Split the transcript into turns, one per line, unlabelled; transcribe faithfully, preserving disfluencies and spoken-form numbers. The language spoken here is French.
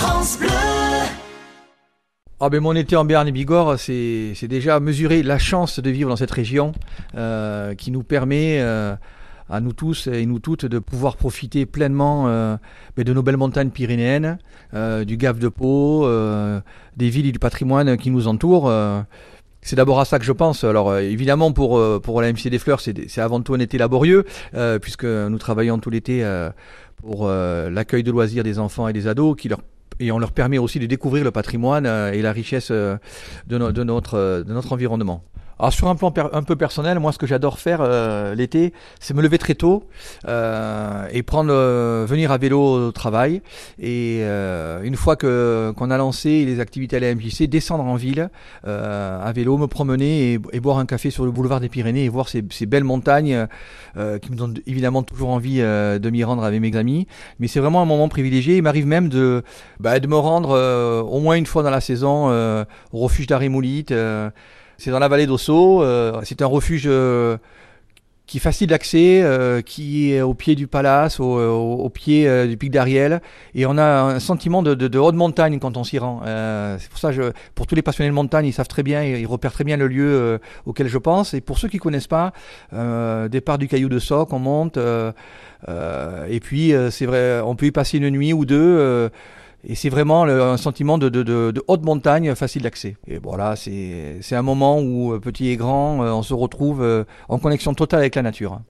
France Bleu.
Ah ben mon été en Béarn et Bigorre, c'est, c'est déjà mesurer la chance de vivre dans cette région euh, qui nous permet euh, à nous tous et nous toutes de pouvoir profiter pleinement euh, ben de nos belles montagnes pyrénéennes, euh, du Gave de Pau, euh, des villes et du patrimoine qui nous entourent. Euh, C'est d'abord à ça que je pense. Alors euh, évidemment pour euh, pour la M C des Fleurs, c'est, c'est avant tout un été laborieux euh, puisque nous travaillons tout l'été euh, pour euh, l'accueil de loisirs des enfants et des ados qui leur et on leur permet aussi de découvrir le patrimoine euh, et la richesse euh, de, no- de notre euh, de notre environnement. Alors sur un plan per- un peu personnel, moi ce que j'adore faire euh, l'été, c'est me lever très tôt euh, et prendre euh, venir à vélo au travail. Et euh, une fois que qu'on a lancé les activités à la M J C, descendre en ville euh, à vélo, me promener et, et boire un café sur le boulevard des Pyrénées et voir ces, ces belles montagnes euh, qui me donnent évidemment toujours envie euh, de m'y rendre avec mes amis. Mais c'est vraiment un moment privilégié. Il m'arrive même de bah, de me rendre euh, au moins une fois dans la saison euh, au refuge d'Arémoulite. Euh, C'est dans la vallée d'Ossau. Euh, c'est un refuge euh, qui est facile d'accès, euh, qui est au pied du Palace, au, au, au pied euh, du pic d'Ariel. Et on a un sentiment de, de, de haute montagne quand on s'y rend. Euh, c'est pour ça, je, pour tous les passionnés de montagne, ils savent très bien, ils, ils repèrent très bien le lieu euh, auquel je pense. Et pour ceux qui ne connaissent pas, euh, départ du Caillou de Soc, on monte. Euh, euh, et puis, euh, c'est vrai, on peut y passer une nuit ou deux. Euh, Et c'est vraiment le, un sentiment de, de, de, de haute montagne facile d'accès. Et voilà, c'est, c'est un moment où, petit et grand, on se retrouve en connexion totale avec la nature.